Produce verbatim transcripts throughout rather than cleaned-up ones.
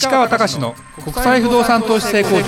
川隆の国際不動産投資成功塾。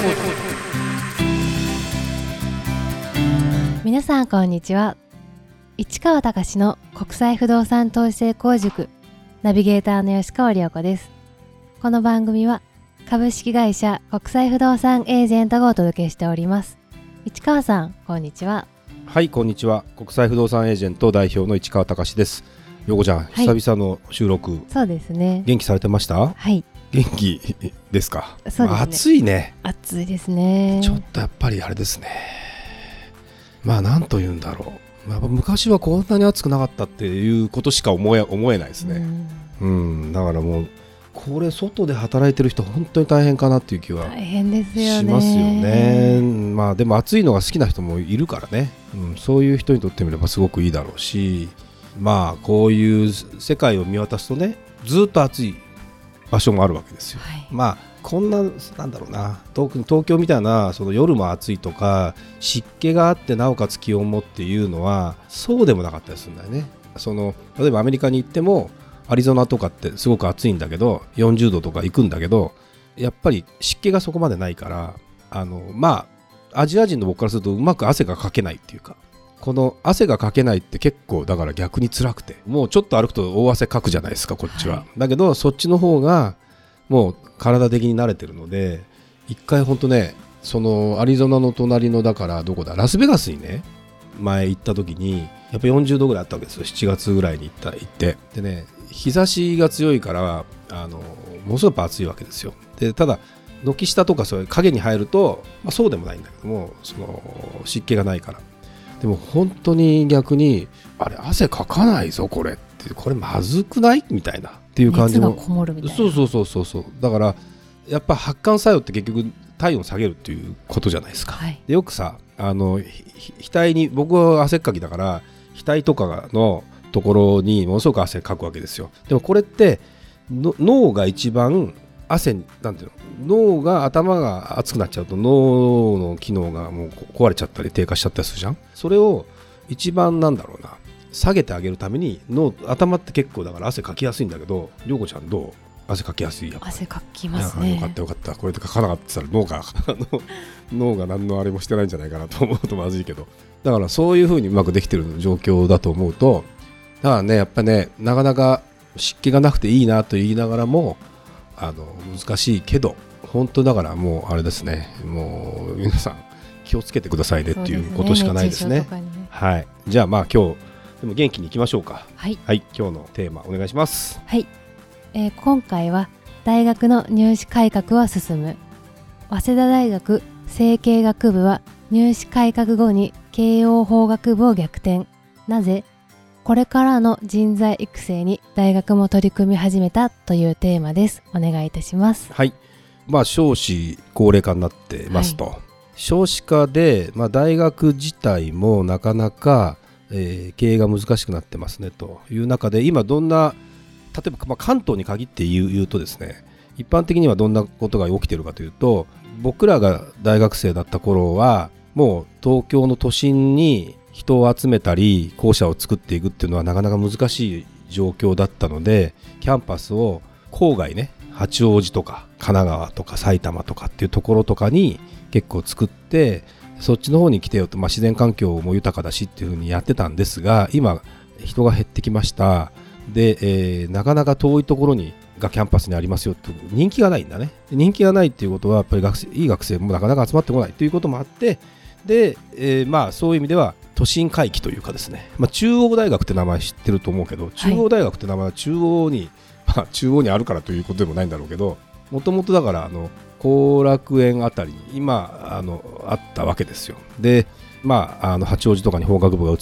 皆さんこんにちは。市川隆の国際不動産投資成功塾ナビゲーターの吉川良子です。この番組は株式会社国際不動産エージェントがお届けしております。市川さんこんにちは。 はい、こんにちは。国際不動産エージェント代表の市川隆です。よこちゃん、はい、久々の収録。 そうですね。 元気されてました？はい、元気ですか？ そうですね。 暑いね。 暑いですね。 ちょっとやっぱりあれですね。まあ何と言うんだろう、まあ、昔はこんなに暑くなかったっていうことしか思え、思えないですね。うん、うん、だからもうこれ外で働いてる人本当に大変かなっていう気は大変ですよね。 しますよね。まあでも暑いのが好きな人もいるからね、うん、そういう人にとってみればすごくいいだろうし、まあこういう世界を見渡すとね、ずっと暑い場所もあるわけですよ。はい、まあこんな、なんだろうな、特に東京みたいなその夜も暑いとか湿気があってなおかつ気温もっていうのはそうでもなかったりするんだよね。その例えばアメリカに行ってもアリゾナとかってすごく暑いんだけどよんじゅうどとか行くんだけど、やっぱり湿気がそこまでないから、あのまあアジア人の僕からするとうまく汗がかけないっていうか、この汗がかけないって結構だから逆に辛くて、もうちょっと歩くと大汗かくじゃないですかこっちは。はい、だけどそっちの方がもう体的に慣れてるので、一回ほんとね、そのアリゾナの隣のだからどこだラスベガスにね前行った時にやっぱよんじゅうどぐらいあったわけですよ。しちがつぐらいに行った行ってでね、日差しが強いからあのものすごく暑いわけですよ。でただ軒下とかそういう影に入ると、まあ、そうでもないんだけども、その湿気がないから。でも本当に逆にあれ汗かかないぞこれって、これまずくないみたいなっていう感じの、 熱がこもるみたいな。 そうそうそうそうそう。だからやっぱ発汗作用って結局体温下げるっていうことじゃないですか。はい、でよくさ、あの額に、僕は汗っかきだから額とかのところにものすごく汗かくわけですよ。でもこれっての脳が一番汗なんていうの、脳が頭が熱くなっちゃうと脳の機能がもう壊れちゃったり低下しちゃったりするじゃん。それを一番なんだろうな下げてあげるために脳頭って結構だから汗かきやすいんだけど、涼子ちゃんどう？汗かきやすい？やっぱ汗かきますね。 よかったよかった。これでかかなかったら脳が脳が何のあれもしてないんじゃないかなと思うとまずいけど、だからそういう風にうまくできてる状況だと思うと、だからねやっぱねなかなか湿気がなくていいなと言いながらもあの難しいけど、本当だからもうあれですね、もう皆さん気をつけてくださいねっていうことしかないですね。はい。じゃあまあ今日でも元気にいきましょうか。はい、はい、今日のテーマお願いします。 はい、えー、今回は大学の入試改革は進む。早稲田大学政経学部は入試改革後に慶応法学部を逆転。なぜ？これからの人材育成に大学も取り組み始めたというテーマです。お願いいたします。 はい。まあ少子高齢化になってますと、はい、少子化で、まあ、大学自体もなかなか、えー、経営が難しくなってますねという中で、今どんな、例えば、まあ、関東に限って言う、言うとですね、一般的にはどんなことが起きているかというと、僕らが大学生だった頃はもう東京の都心に人を集めたり校舎を作っていくっていうのはなかなか難しい状況だったので、キャンパスを郊外ね、八王子とか神奈川とか埼玉とかっていうところとかに結構作って、そっちの方に来てよと、まあ、自然環境も豊かだしっていう風にやってたんですが、今人が減ってきました。で、えー、なかなか遠いところにがキャンパスにありますよと人気がないんだね。人気がないっていうことはやっぱり学生いい学生もなかなか集まってこないということもあって、で、えー、まあそういう意味では都心回帰というかですね、まあ、中央大学って名前知ってると思うけど、中央大学って名前は中央に、はい、まあ、中央にあるからということでもないんだろうけど、もともとだからあの後楽園あたりに今あのあったわけですよ。で、まあ、あの八王子とかに法学部が移って、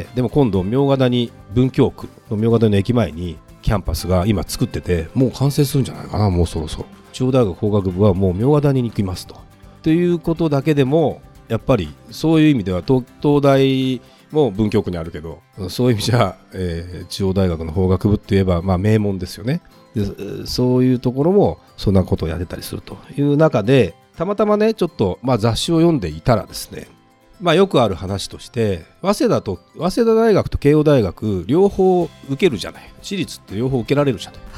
でも今度茗荷谷文京区の茗荷谷の駅前にキャンパスが今作ってて、もう完成するんじゃないかな、もうそろそろ。中央大学法学部はもう茗荷谷に行きますと。ということだけでもやっぱりそういう意味では 東, 東大も文京区にあるけど、そういう意味じゃ、えー、中央大学の法学部って言えば、まあ、名門ですよね。でそういうところもそんなことをやってたりするという中で、たまたまねちょっと、まあ、雑誌を読んでいたらですね、まあ、よくある話として早稲田と早稲田大学と慶応大学両方受けるじゃない、私立って両方受けられるじゃない、はい、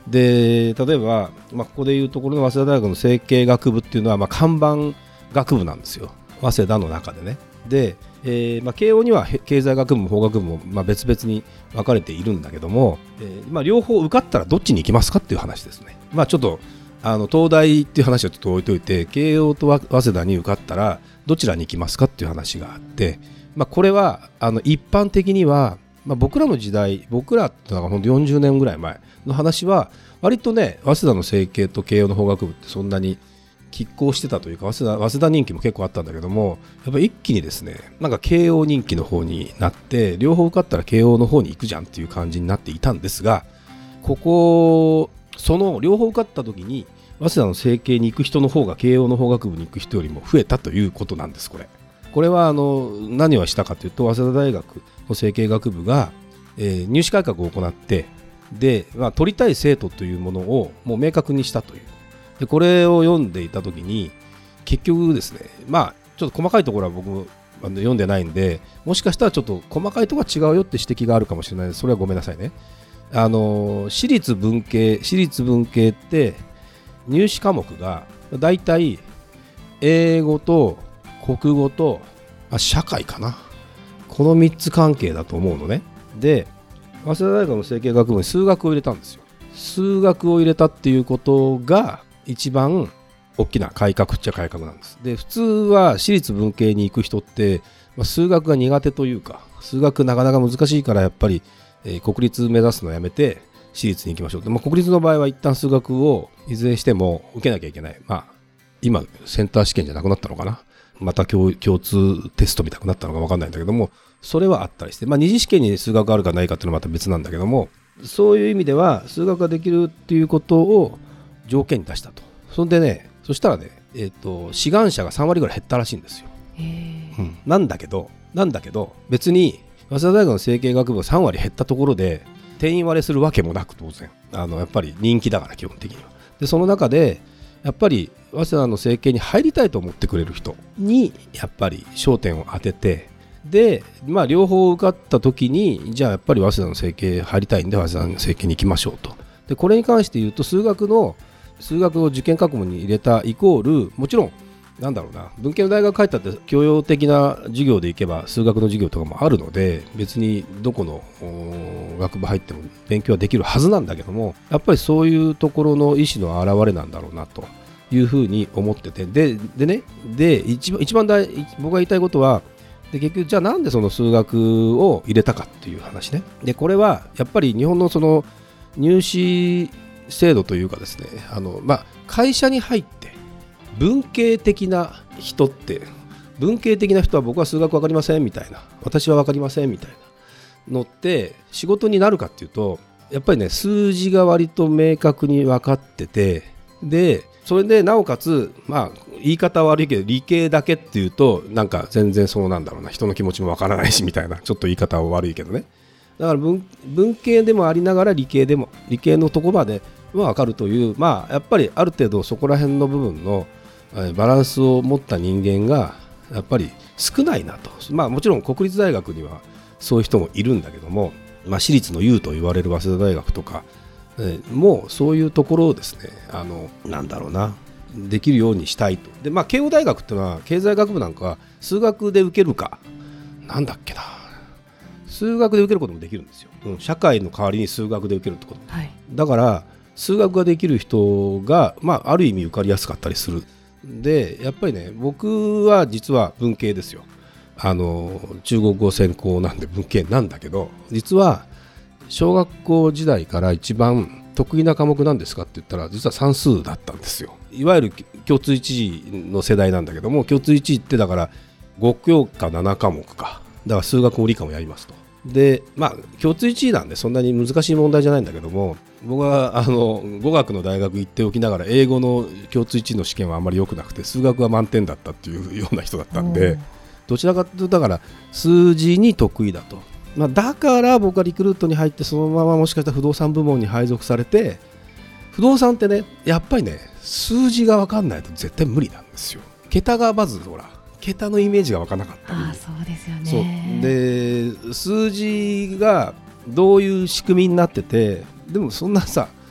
で例えば、まあ、ここでいうところの早稲田大学の政経学部っていうのは、まあ、看板学部なんですよ、早稲田の中でね。で、えーまあ、慶応には経済学部も法学部も、まあ、別々に分かれているんだけども、えーまあ、両方受かったらどっちに行きますかっていう話ですね。まあ、ちょっとあの東大っていう話はちょっと置いといて、慶応と早稲田に受かったらどちらに行きますかっていう話があって、まあ、これはあの一般的には、まあ、僕らの時代、僕らってのがほんとよんじゅうねんぐらい前の話は割とね、早稲田の政経と慶応の法学部ってそんなに拮抗してたというか、早稲田、早稲田人気も結構あったんだけども、やっぱり一気にですね、なんか慶応人気の方になって、両方受かったら慶応の方に行くじゃんっていう感じになっていたんですが、ここその両方受かった時に早稲田の政経に行く人の方が慶応の法学部に行く人よりも増えたということなんです。これこれはあの何をしたかというと、早稲田大学の政経学部が、えー、入試改革を行って、で、まあ、取りたい生徒というものをもう明確にしたという。でこれを読んでいたときに結局ですね、まあちょっと細かいところは僕もあの読んでないんで、もしかしたらちょっと細かいところは違うよって指摘があるかもしれないので、それはごめんなさいね。あの私立文系私立文系って入試科目がだいたい英語と国語と、あ、社会かな、このみっつ関係だと思うのね。で早稲田大学の政経学部に数学を入れたんですよ。数学を入れたっていうことが一番大きな改革っちゃ改革なんです。で普通は私立文系に行く人って、まあ、数学が苦手というか、数学なかなか難しいからやっぱり、えー、国立目指すのをやめて私立に行きましょう。で、まあ、国立の場合は一旦数学をいずれにしても受けなきゃいけない。まあ今センター試験じゃなくなったのかな、また 共, 共通テストみたくなったのか分かんないんだけども、それはあったりして、まあ、二次試験に数学あるかないかっていうのはまた別なんだけども、そういう意味では数学ができるっていうことを条件に出したと。そんでね、そしたらね、えーと、志願者がさんわりぐらい減ったらしいんですよ。へー、うん、なんだけどなんだけど別に早稲田大学の政経学部がさんわり減ったところで定員割れするわけもなく、当然あのやっぱり人気だから基本的には。でその中でやっぱり早稲田の政経に入りたいと思ってくれる人にやっぱり焦点を当てて、で、まあ、両方受かった時にじゃあやっぱり早稲田の政経入りたいんで早稲田の政経に行きましょうと。でこれに関して言うと、数学の数学を受験科目に入れたイコール、もちろんなんだろうな、文系の大学入ったって教養的な授業でいけば数学の授業とかもあるので、別にどこの学部入っても勉強はできるはずなんだけども、やっぱりそういうところの意思の表れなんだろうなというふうに思ってて、ででねで一番一番大僕が言いたいことは、で結局じゃあなんでその数学を入れたかっていう話ね。でこれはやっぱり日本のその入試制度というかですね、あの、まあ、会社に入って文系的な人って、文系的な人は僕は数学分かりませんみたいな、私は分かりませんみたいなのって仕事になるかっていうと、やっぱりね数字が割と明確に分かってて、でそれでなおかつ、まあ言い方は悪いけど理系だけっていうとなんか全然そうなんだろうな、人の気持ちも分からないしみたいな、ちょっと言い方は悪いけどね。だから 文, 文系でもありながら理系でも理系のところまでは分かるという、まあやっぱりある程度そこら辺の部分のバランスを持った人間がやっぱり少ないなと。まあもちろん国立大学にはそういう人もいるんだけども、まあ、私立の優と言われる早稲田大学とか、えー、もうそういうところをですね、あのなんだろうな、できるようにしたいと。で、まあ、慶応大学っていうのは経済学部なんかは数学で受けるか、なんだっけな、数学で受けることもできるんですよ、うん、社会の代わりに数学で受けるってこと、はい、だから数学ができる人が、まあ、ある意味受かりやすかったりする。でやっぱりね、僕は実は文系ですよ。あの中国語専攻なんで文系なんだけど、実は小学校時代から一番得意な科目なんですかって言ったら実は算数だったんですよ。いわゆる共通一次の世代なんだけども、共通一次ってだからご教科ななかもくか、だから数学も理科もやりますと。でまあ共通一次なんでそんなに難しい問題じゃないんだけども、僕はあの語学の大学行っておきながら英語の共通一次の試験はあんまり良くなくて、数学は満点だったっていうような人だったんで、どちらかというとだから数字に得意だと。まあ、だから僕はリクルートに入ってそのままもしかしたら不動産部門に配属されて、不動産ってねやっぱりね数字が分かんないと絶対無理なんですよ。桁がまずほら桁のイメージが分からなかったり、 あ、そうですよね。 そうで数字がどういう仕組みになってて、でもそんなさ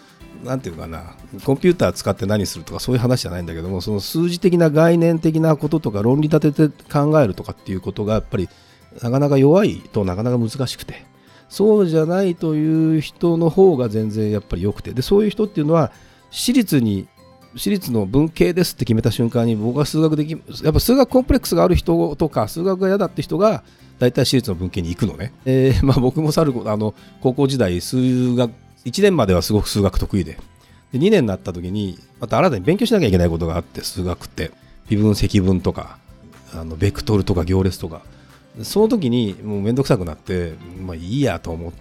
なんていうかな、コンピューター使って何するとかそういう話じゃないんだけども、その数字的な概念的なこととか論理立てて考えるとかっていうことがやっぱりなかなか弱いとなかなか難しくて、そうじゃないという人の方が全然やっぱり良くて、でそういう人っていうのは私立に私立の文系ですって決めた瞬間に、僕は数学できやっぱ数学コンプレックスがある人とか数学が嫌だって人が大体私立の文系に行くのね。えーまあ、僕もさるあの高校時代数学いちねんまではすごく数学得意 で, でにねんになった時にまた新たに勉強しなきゃいけないことがあって、数学って微分積分とかあのベクトルとか行列とか、その時にもうめんどくさくなって、まあいいやと思って、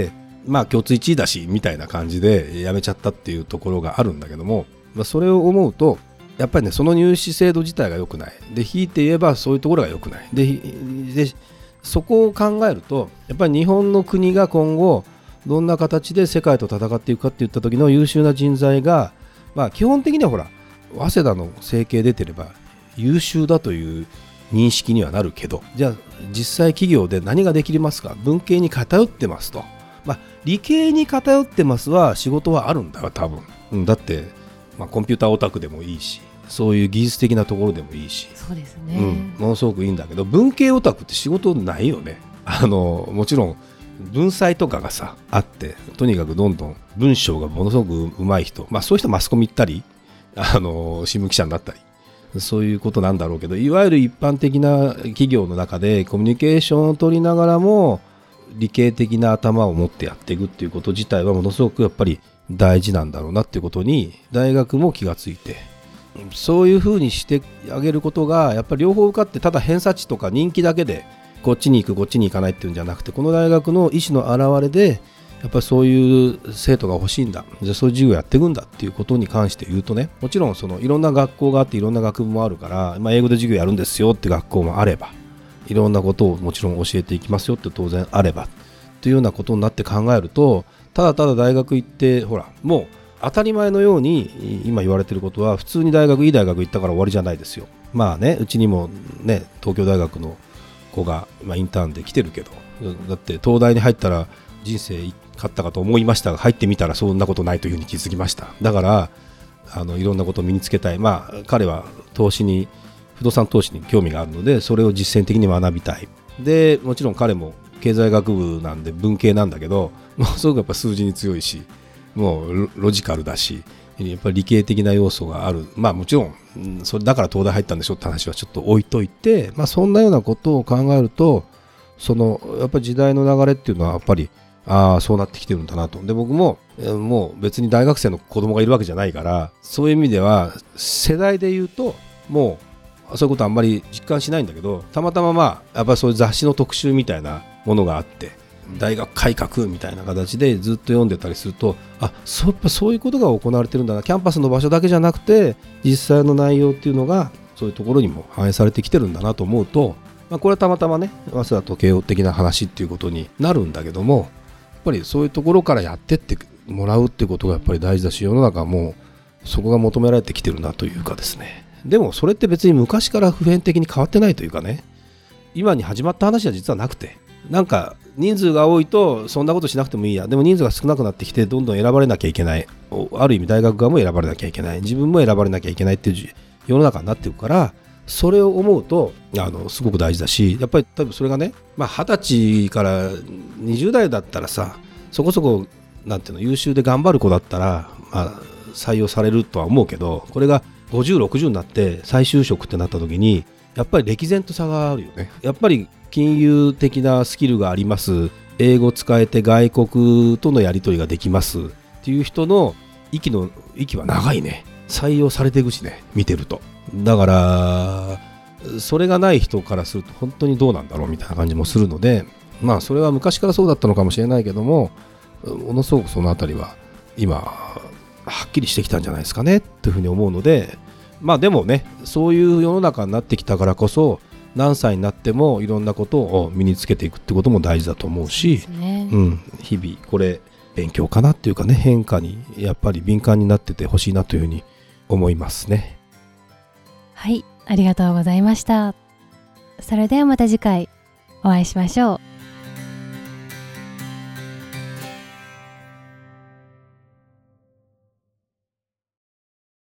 まあ共通いちいだしみたいな感じでやめちゃったっていうところがあるんだけども、まあ、それを思うとやっぱりね、その入試制度自体が良くない。で、引いて言えばそういうところが良くない。で、でそこを考えると、やっぱり日本の国が今後どんな形で世界と戦っていくかっていった時の優秀な人材が、まあ基本的にはほら、早稲田の整形出てれば優秀だという認識にはなるけど、じゃあ実際企業で何ができますか。文系に偏ってますと。まあ理系に偏ってますは仕事はあるんだよ多分。うん、だってまあ、コンピューターオタクでもいいし、そういう技術的なところでもいいし、 そうですね、 うん、ものすごくいいんだけど、文系オタクって仕事ないよね。あのもちろん文才とかがさあって、とにかくどんどん文章がものすごく上手い人、まあ、そういう人マスコミ行ったりあの新聞記者になったり、そういうことなんだろうけど、いわゆる一般的な企業の中でコミュニケーションを取りながらも理系的な頭を持ってやっていくっていうこと自体はものすごくやっぱり大事なんだろうなっていうことに大学も気がついて、そういう風にしてあげることがやっぱり両方受かって、ただ偏差値とか人気だけでこっちに行くこっちに行かないっていうんじゃなくて、この大学の意思の表れでやっぱりそういう生徒が欲しいんだ、じゃあそういう授業やっていくんだっていうことに関して言うとね、もちろんそのいろんな学校があっていろんな学部もあるから、まあ、英語で授業やるんですよって学校もあれば、いろんなことをもちろん教えていきますよって当然あればというようなことになって考えると、ただただ大学行ってほらもう当たり前のように今言われてることは、普通に大学いい大学行ったから終わりじゃないですよ。まあね、うちにもね東京大学の子が今インターンで来てるけど、だって東大に入ったら人生勝ったかと思いましたが、入ってみたらそんなことないというふうに気づきました。だからあのいろんなことを身につけたい。まあ彼は投資に不動産投資に興味があるので、それを実践的に学びたい。でもちろん彼も経済学部なんで文系なんだけど、もうすごくやっぱ数字に強いし、もうロジカルだし、やっぱり理系的な要素がある。まあもちろんそれだから東大入ったんでしょって話はちょっと置いといて、まあそんなようなことを考えると、そのやっぱり時代の流れっていうのはやっぱりああそうなってきてるんだなと。で僕ももう別に大学生の子供がいるわけじゃないから、そういう意味では世代で言うともうそういうことあんまり実感しないんだけど、たまたままあやっぱりそういう雑誌の特集みたいなものがあって、大学改革みたいな形でずっと読んでたりすると、あ、そうやっぱそういうことが行われてるんだな。キャンパスの場所だけじゃなくて実際の内容っていうのがそういうところにも反映されてきてるんだなと思うと、まあ、これはたまたまね早稲田と慶応的な話っていうことになるんだけども、やっぱりそういうところからやってってもらうっていうことがやっぱり大事だし、世の中もそこが求められてきてるなというかですね。でもそれって別に昔から普遍的に変わってないというかね、今に始まった話は実はなくて、なんか人数が多いとそんなことしなくてもいいや、でも人数が少なくなってきてどんどん選ばれなきゃいけない、ある意味大学側も選ばれなきゃいけない、自分も選ばれなきゃいけないっていう世の中になっていくから、それを思うとあのすごく大事だし、やっぱり多分それがね、まあ、はたちからにじゅう代だったらさ、そこそこなんていうの優秀で頑張る子だったら、まあ、採用されるとは思うけど、これがごじゅう、ろくじゅうになって再就職ってなった時にやっぱり歴然と差があるよね。やっぱり金融的なスキルがあります、英語使えて外国とのやり取りができますっていう人の息の息は長いね。採用されていくしね、見てると。だからそれがない人からすると本当にどうなんだろうみたいな感じもするので、まあそれは昔からそうだったのかもしれないけども、ものすごくそのあたりは今はっきりしてきたんじゃないですかねというふうに思うので、まあでもね、そういう世の中になってきたからこそ何歳になってもいろんなことを身につけていくってことも大事だと思うし、 そうですね、 うん、日々これ勉強かなっていうかね、変化にやっぱり敏感になっててほしいなというふうに思いますね。 はい、ありがとうございました。それではまた次回お会いしましょう。